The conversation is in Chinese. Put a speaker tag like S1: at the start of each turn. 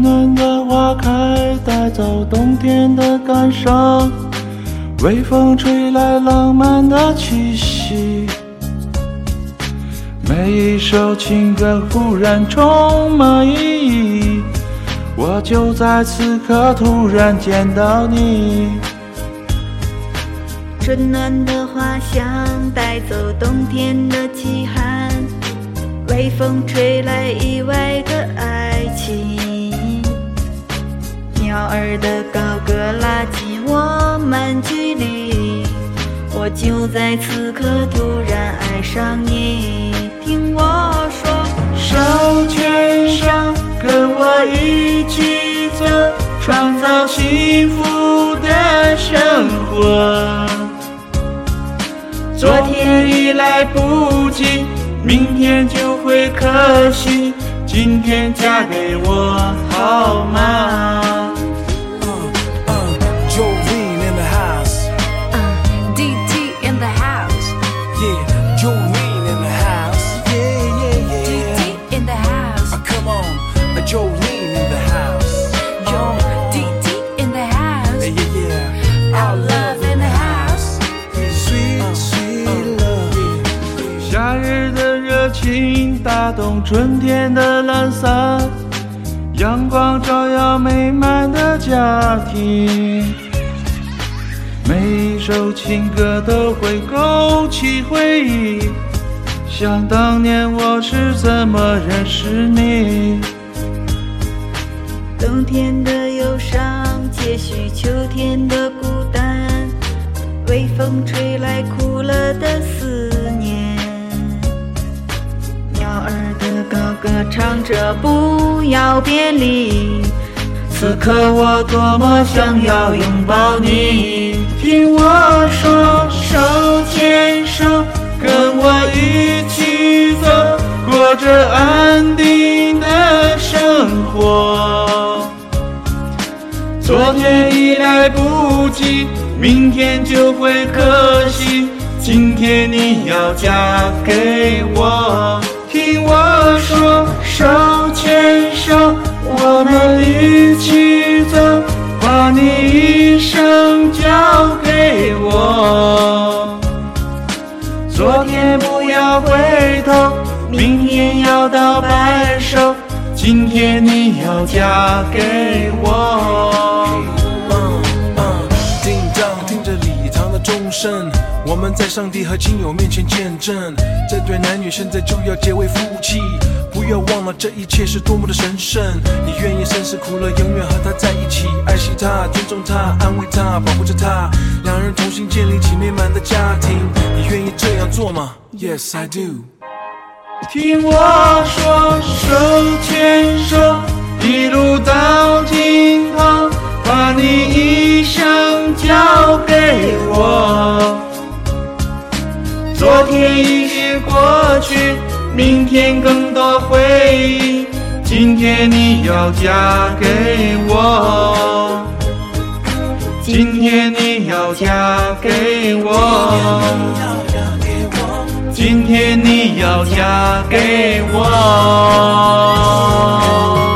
S1: 暖的花开，带走冬天的感伤，微风吹来浪漫的气息。每一首情歌忽然充满意义，我就在此刻突然见到你。
S2: 春暖的花香带走冬天的凄寒，微风吹来意外的爱情，鸟儿的高歌拉近我们距离，我就在此刻突然爱上你。听我说，
S1: 手牵手跟我一起走，创造幸福的生活。昨天已来不及，明天就会可惜，今天嫁给我好吗
S3: ？Jolene in the house.
S4: DT in the house.
S3: Yeah, Jolene in the house. Yeah.
S4: DT in the house.
S3: Come on, Jolene in the house.
S4: Yo, DT in the house.
S3: Yeah.
S4: Our love in the house.
S3: Sweet love.
S1: 夏日的热情打动春天的懒散，阳光照耀美满的家庭。每一首情歌都会勾起回忆，想当年我是怎么认识你。
S2: 冬天的忧伤接续秋天的孤单，微风吹来哭了的思念，鸟儿的高歌唱着不要别离，
S1: 此刻我多么想要拥抱你。听我说，手牵手跟我一起走，过着安定的生活。昨天已来不及，明天就会可惜，今天你要嫁给我。听我说，手牵手我们一起走，把你一生交给我。昨天不要回头，明天要到白首，今天你要嫁给我。
S3: 叮当，听着礼堂的钟声，我们在上帝和亲友面前见证，这对男女现在就要结为夫妻。不要忘了这一切是多么的神圣，你愿意生死苦乐永远和他在一起，爱惜他，尊重他，安慰他，保护着他，两人同心建立起美满的家庭。你愿意这样做吗？ Yes, I do。
S1: 听我说，手牵手一路到尽头，把你一生交给我。昨天已经过去，明天更多回忆，今天你要嫁给我。今天你要嫁给我，今天你要嫁给我。